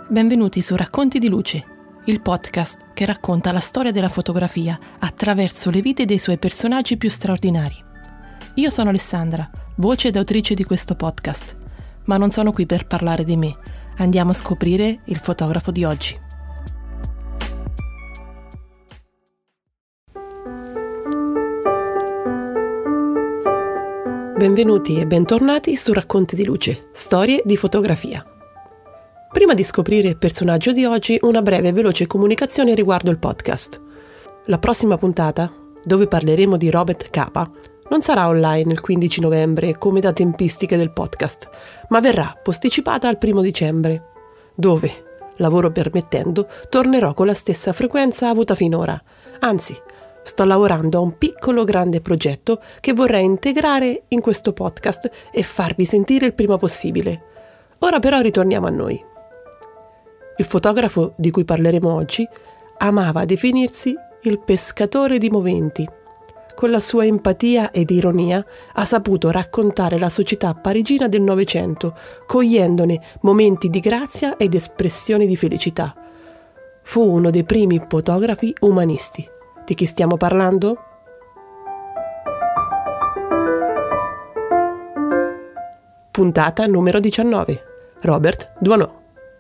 Benvenuti su Racconti di Luce, il podcast che racconta la storia della fotografia attraverso le vite dei suoi personaggi più straordinari. Io sono Alessandra, voce ed autrice di questo podcast, ma non sono qui per parlare di me. Andiamo a scoprire il fotografo di oggi. Benvenuti e bentornati su Racconti di Luce, storie di fotografia. Prima di scoprire il personaggio di oggi, una breve e veloce comunicazione riguardo il podcast. La prossima puntata, dove parleremo di Robert Capa, non sarà online il 15 novembre come da tempistiche del podcast, ma verrà posticipata al 1 dicembre, dove, lavoro permettendo, tornerò con la stessa frequenza avuta finora. Anzi, sto lavorando a un piccolo grande progetto che vorrei integrare in questo podcast e farvi sentire il prima possibile. Ora però ritorniamo a noi. Il fotografo di cui parleremo oggi amava definirsi il pescatore di moventi. Con la sua empatia ed ironia ha saputo raccontare la società parigina del Novecento, cogliendone momenti di grazia ed espressioni di felicità. Fu uno dei primi fotografi umanisti. Di chi stiamo parlando? Puntata numero 19. Robert Doisneau.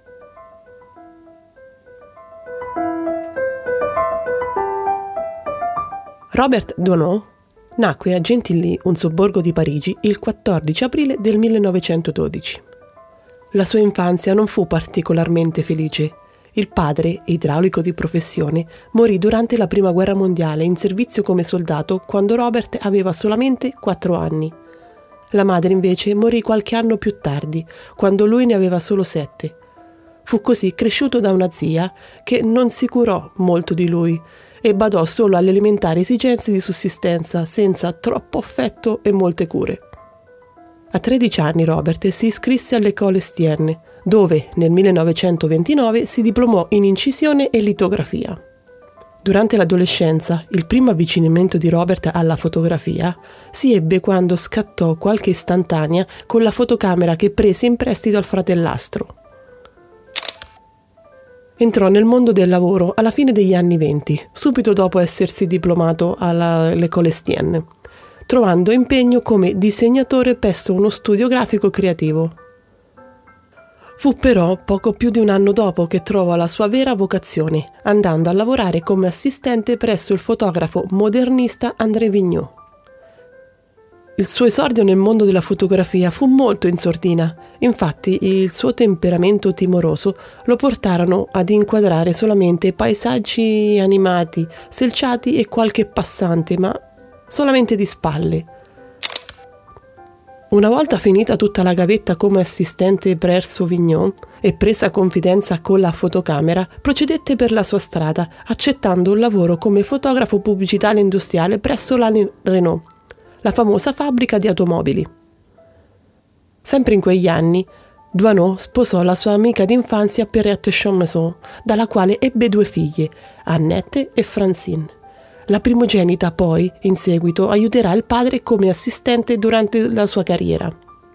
Robert Doisneau nacque a Gentilly, un sobborgo di Parigi, il 14 aprile del 1912. La sua infanzia non fu particolarmente felice. Il padre, idraulico di professione, morì durante la Prima Guerra Mondiale in servizio come soldato quando Robert aveva solamente 4 anni. La madre invece morì qualche anno più tardi, quando lui ne aveva solo 7. Fu così cresciuto da una zia che non si curò molto di lui e badò solo alle elementari esigenze di sussistenza, senza troppo affetto e molte cure. A 13 anni Robert si iscrisse all'École Estienne, dove nel 1929 si diplomò in incisione e litografia. Durante l'adolescenza, il primo avvicinamento di Robert alla fotografia si ebbe quando scattò qualche istantanea con la fotocamera che prese in prestito al fratellastro. Entrò nel mondo del lavoro alla fine degli anni 20, subito dopo essersi diplomato all'École Estienne, trovando impegno come disegnatore presso uno studio grafico creativo. Fu però poco più di un anno dopo che trovò la sua vera vocazione, andando a lavorare come assistente presso il fotografo modernista André Vigneault. Il suo esordio nel mondo della fotografia fu molto in sordina, infatti il suo temperamento timoroso lo portarono ad inquadrare solamente paesaggi animati, selciati e qualche passante, ma solamente di spalle. Una volta finita tutta la gavetta come assistente presso Vigneault e presa confidenza con la fotocamera, procedette per la sua strada, accettando un lavoro come fotografo pubblicitario industriale presso la Renault, la famosa fabbrica di automobili. Sempre in quegli anni, Doisneau sposò la sua amica d'infanzia Pierrette Champmaison, dalla quale ebbe 2 figlie, Annette e Francine. La primogenita poi, in seguito, aiuterà il padre come assistente durante la sua carriera.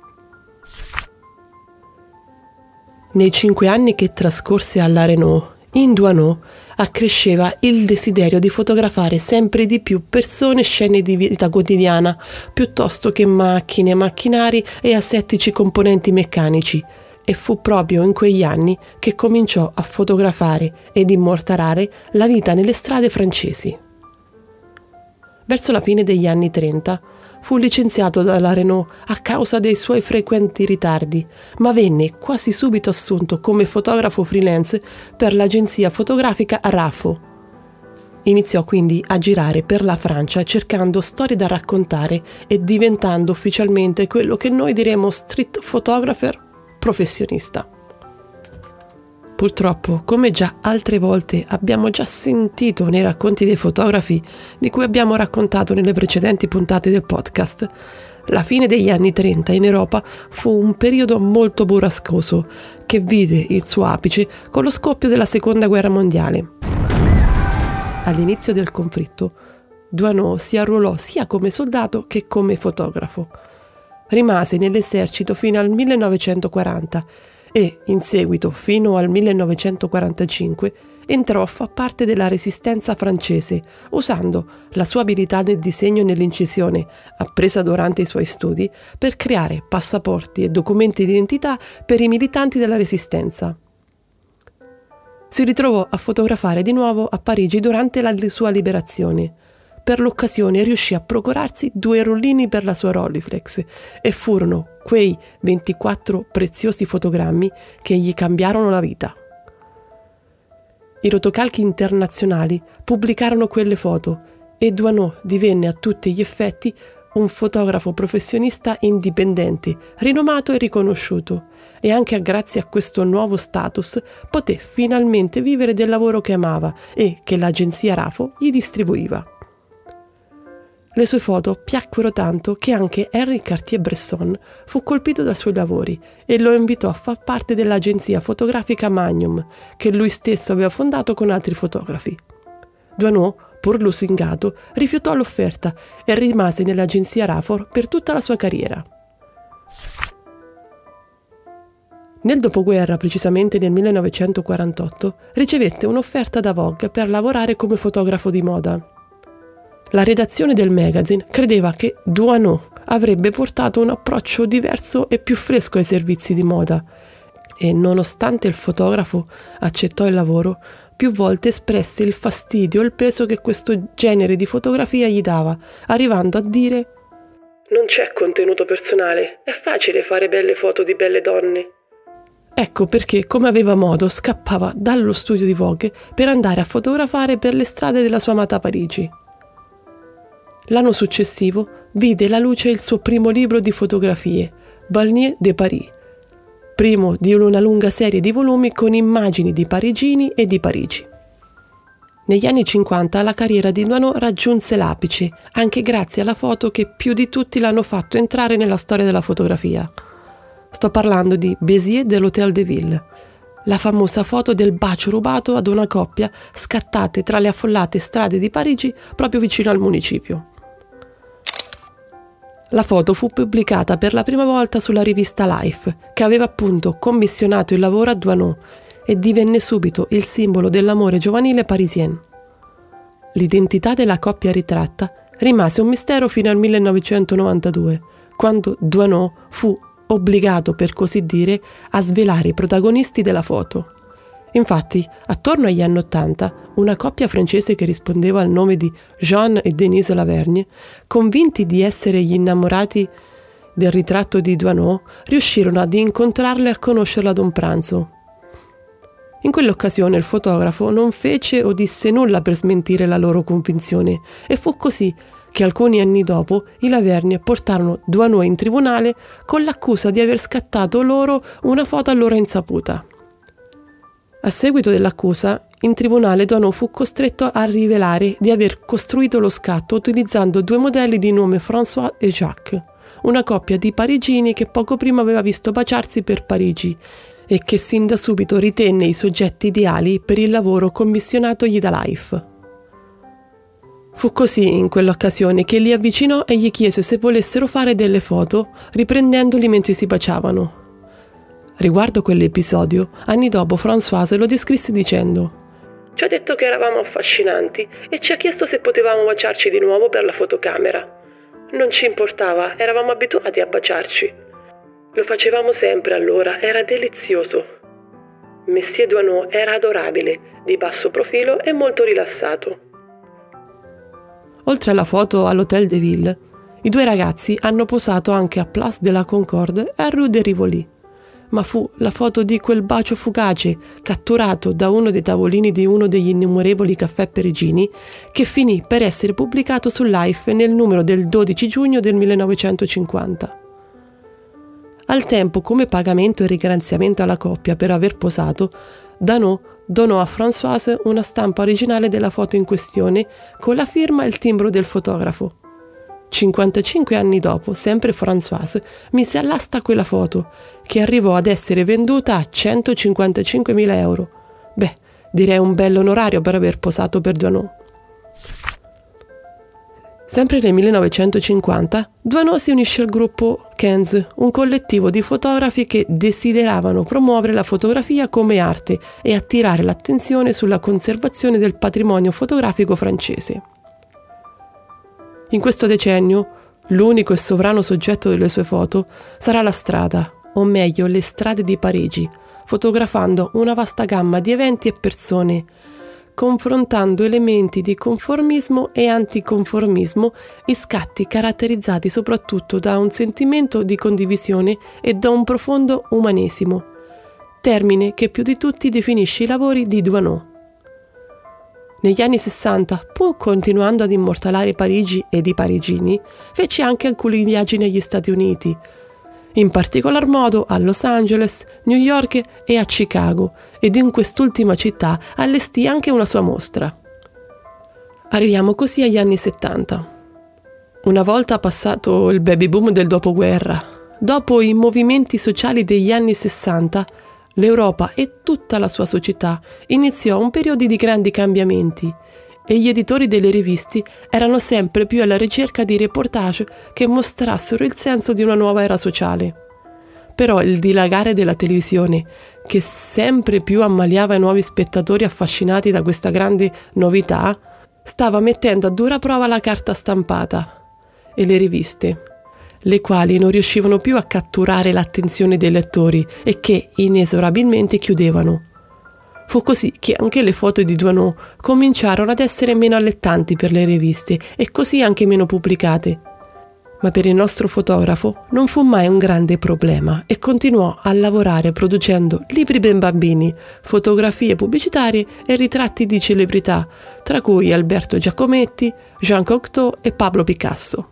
Nei 5 anni che trascorse alla Renault, in Doisneau accresceva il desiderio di fotografare sempre di più persone e scene di vita quotidiana, piuttosto che macchine, macchinari e asettici componenti meccanici, e fu proprio in quegli anni che cominciò a fotografare ed immortalare la vita nelle strade francesi. Verso la fine degli anni 30 fu licenziato dalla Renault a causa dei suoi frequenti ritardi, ma venne quasi subito assunto come fotografo freelance per l'agenzia fotografica RAFO. Iniziò quindi a girare per la Francia cercando storie da raccontare e diventando ufficialmente quello che noi diremo street photographer professionista. Purtroppo, come già altre volte abbiamo già sentito nei racconti dei fotografi di cui abbiamo raccontato nelle precedenti puntate del podcast, la fine degli anni 30 in Europa fu un periodo molto burrascoso che vide il suo apice con lo scoppio della Seconda Guerra Mondiale. All'inizio del conflitto, Doisneau si arruolò sia come soldato che come fotografo. Rimase nell'esercito fino al 1940 e, in seguito, fino al 1945, entrò a far parte della Resistenza francese, usando la sua abilità nel disegno e nell'incisione, appresa durante i suoi studi, per creare passaporti e documenti di identità per i militanti della Resistenza. Si ritrovò a fotografare di nuovo a Parigi durante la sua liberazione. Per l'occasione riuscì a procurarsi 2 rollini per la sua Rolleiflex e furono quei 24 preziosi fotogrammi che gli cambiarono la vita. I rotocalchi internazionali pubblicarono quelle foto e Doisneau divenne a tutti gli effetti un fotografo professionista indipendente, rinomato e riconosciuto, e anche grazie a questo nuovo status poté finalmente vivere del lavoro che amava e che l'agenzia Rafo gli distribuiva. Le sue foto piacquero tanto che anche Henri Cartier-Bresson fu colpito dai suoi lavori e lo invitò a far parte dell'agenzia fotografica Magnum, che lui stesso aveva fondato con altri fotografi. Doisneau, pur lusingato, rifiutò l'offerta e rimase nell'agenzia Rafo per tutta la sua carriera. Nel dopoguerra, precisamente nel 1948, ricevette un'offerta da Vogue per lavorare come fotografo di moda. La redazione del magazine credeva che Doisneau avrebbe portato un approccio diverso e più fresco ai servizi di moda e, nonostante il fotografo accettò il lavoro, più volte espresse il fastidio e il peso che questo genere di fotografia gli dava, arrivando a dire: «Non c'è contenuto personale, è facile fare belle foto di belle donne». Ecco perché, come aveva modo, scappava dallo studio di Vogue per andare a fotografare per le strade della sua amata Parigi. L'anno successivo vide la luce il suo primo libro di fotografie, Balnier de Paris, primo di una lunga serie di volumi con immagini di parigini e di Parigi. Negli anni 50 la carriera di Doisneau raggiunse l'apice, anche grazie alla foto che più di tutti l'hanno fatto entrare nella storia della fotografia. Sto parlando di Béziers dell'Hôtel de Ville, la famosa foto del bacio rubato ad una coppia scattate tra le affollate strade di Parigi proprio vicino al municipio. La foto fu pubblicata per la prima volta sulla rivista Life, che aveva appunto commissionato il lavoro a Doisneau, e divenne subito il simbolo dell'amore giovanile parisien. L'identità della coppia ritratta rimase un mistero fino al 1992, quando Doisneau fu obbligato, per così dire, a svelare i protagonisti della foto. Infatti, attorno agli anni '80, una coppia francese che rispondeva al nome di Jean e Denise Lavergne, convinti di essere gli innamorati del ritratto di Doisneau, riuscirono ad incontrarlo e a conoscerlo ad un pranzo. In quell'occasione il fotografo non fece o disse nulla per smentire la loro convinzione, e fu così che alcuni anni dopo i Lavergne portarono Doisneau in tribunale con l'accusa di aver scattato loro una foto a loro insaputa. A seguito dell'accusa, in tribunale Doisneau fu costretto a rivelare di aver costruito lo scatto utilizzando 2 modelli di nome François e Jacques, una coppia di parigini che poco prima aveva visto baciarsi per Parigi e che sin da subito ritenne i soggetti ideali per il lavoro commissionatogli da Life. Fu così in quell'occasione che li avvicinò e gli chiese se volessero fare delle foto riprendendoli mentre si baciavano. Riguardo quell'episodio, anni dopo Françoise lo descrisse dicendo: «Ci ha detto che eravamo affascinanti e ci ha chiesto se potevamo baciarci di nuovo per la fotocamera. Non ci importava, eravamo abituati a baciarci. Lo facevamo sempre allora, era delizioso. Monsieur Doisneau era adorabile, di basso profilo e molto rilassato». Oltre alla foto all'Hôtel de Ville, i 2 ragazzi hanno posato anche a Place de la Concorde e a Rue de Rivoli. Ma fu la foto di quel bacio fugace, catturato da uno dei tavolini di uno degli innumerevoli caffè parigini, che finì per essere pubblicato su Life nel numero del 12 giugno del 1950. Al tempo, come pagamento e ringraziamento alla coppia per aver posato, Doisneau donò a Françoise una stampa originale della foto in questione con la firma e il timbro del fotografo. 55 anni dopo, sempre Françoise mise all'asta quella foto, che arrivò ad essere venduta a 155.000 euro. Beh, direi un bel onorario per aver posato per Doisneau. Sempre nel 1950, Doisneau si unisce al gruppo Kenz, un collettivo di fotografi che desideravano promuovere la fotografia come arte e attirare l'attenzione sulla conservazione del patrimonio fotografico francese. In questo decennio, l'unico e sovrano soggetto delle sue foto sarà la strada, o meglio le strade di Parigi, fotografando una vasta gamma di eventi e persone, confrontando elementi di conformismo e anticonformismo in scatti caratterizzati soprattutto da un sentimento di condivisione e da un profondo umanesimo, termine che più di tutti definisce i lavori di Doisneau. Negli anni 60, pur continuando ad immortalare Parigi ed i parigini, fece anche alcuni viaggi negli Stati Uniti, in particolar modo a Los Angeles, New York e a Chicago, ed in quest'ultima città allestì anche una sua mostra. Arriviamo così agli anni 70. Una volta passato il baby boom del dopoguerra, dopo i movimenti sociali degli anni 60, l'Europa e tutta la sua società iniziò un periodo di grandi cambiamenti e gli editori delle riviste erano sempre più alla ricerca di reportage che mostrassero il senso di una nuova era sociale. Però il dilagare della televisione, che sempre più ammaliava i nuovi spettatori affascinati da questa grande novità, stava mettendo a dura prova la carta stampata e le riviste, le quali non riuscivano più a catturare l'attenzione dei lettori e che inesorabilmente chiudevano. Fu così che anche le foto di Doisneau cominciarono ad essere meno allettanti per le riviste e così anche meno pubblicate. Ma per il nostro fotografo non fu mai un grande problema e continuò a lavorare producendo libri per bambini, fotografie pubblicitarie e ritratti di celebrità, tra cui Alberto Giacometti, Jean Cocteau e Pablo Picasso.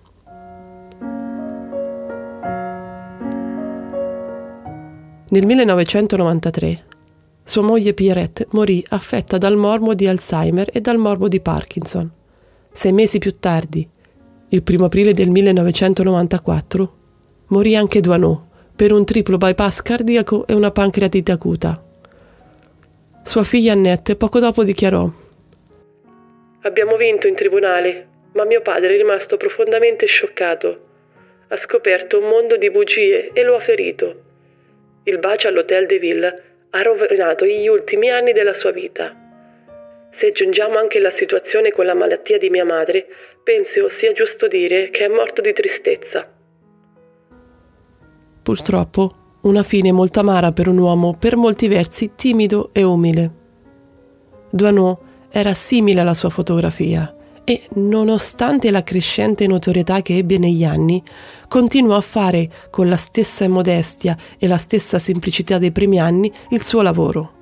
Nel 1993 sua moglie Pierrette morì affetta dal morbo di Alzheimer e dal morbo di Parkinson. 6 mesi più tardi, il 1 aprile del 1994, morì anche Doisneau per un triplo bypass cardiaco e una pancreatite acuta. Sua figlia Annette poco dopo dichiarò: «Abbiamo vinto in tribunale, ma mio padre è rimasto profondamente scioccato. Ha scoperto un mondo di bugie e lo ha ferito. Il bacio all'Hôtel de Ville ha rovinato gli ultimi anni della sua vita. Se aggiungiamo anche la situazione con la malattia di mia madre, penso sia giusto dire che è morto di tristezza». Purtroppo, una fine molto amara per un uomo per molti versi timido e umile. Doisneau era simile alla sua fotografia e, nonostante la crescente notorietà che ebbe negli anni, continuò a fare con la stessa modestia e la stessa semplicità dei primi anni il suo lavoro.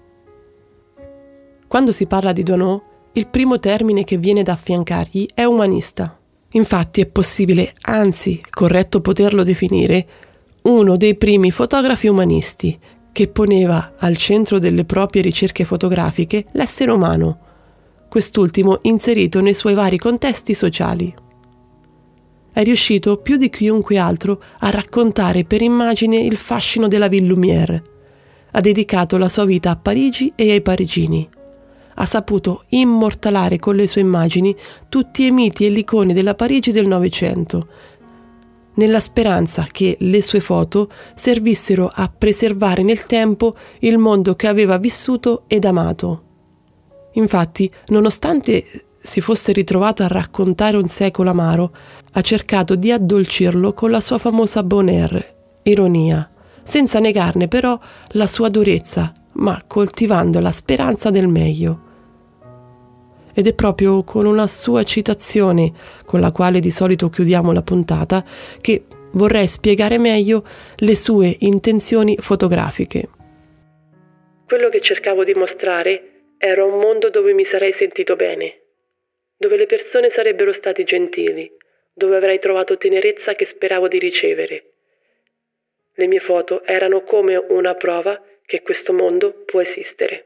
Quando si parla di Doisneau, il primo termine che viene da affiancargli è umanista. Infatti è possibile, anzi corretto poterlo definire, uno dei primi fotografi umanisti, che poneva al centro delle proprie ricerche fotografiche l'essere umano, quest'ultimo inserito nei suoi vari contesti sociali. È riuscito più di chiunque altro a raccontare per immagine il fascino della Ville Lumière. Ha dedicato la sua vita a Parigi e ai parigini. Ha saputo immortalare con le sue immagini tutti i miti e le icone della Parigi del Novecento, nella speranza che le sue foto servissero a preservare nel tempo il mondo che aveva vissuto ed amato. Infatti, nonostante si fosse ritrovato a raccontare un secolo amaro, ha cercato di addolcirlo con la sua famosa bon air, ironia, senza negarne però la sua durezza, ma coltivando la speranza del meglio. Ed è proprio con una sua citazione, con la quale di solito chiudiamo la puntata, che vorrei spiegare meglio le sue intenzioni fotografiche. Quello che cercavo di mostrare era un mondo dove mi sarei sentito bene, dove le persone sarebbero state gentili, dove avrei trovato tenerezza che speravo di ricevere. Le mie foto erano come una prova che questo mondo può esistere.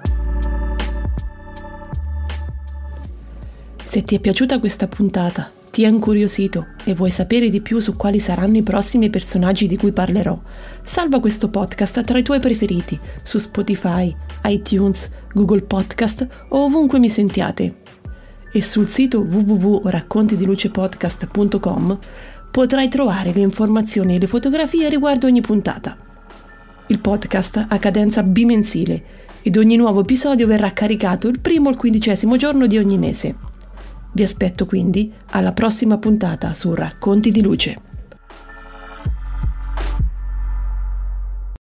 Se ti è piaciuta questa puntata, Ti è incuriosito e vuoi sapere di più su quali saranno i prossimi personaggi di cui parlerò? Salva questo podcast tra i tuoi preferiti su Spotify, iTunes, Google Podcast o ovunque mi sentiate. E sul sito www.raccontidilucepodcast.com potrai trovare le informazioni e le fotografie riguardo ogni puntata. Il podcast ha cadenza bimensile ed ogni nuovo episodio verrà caricato il 1° o il 15° giorno di ogni mese. Vi aspetto quindi alla prossima puntata su Racconti di Luce.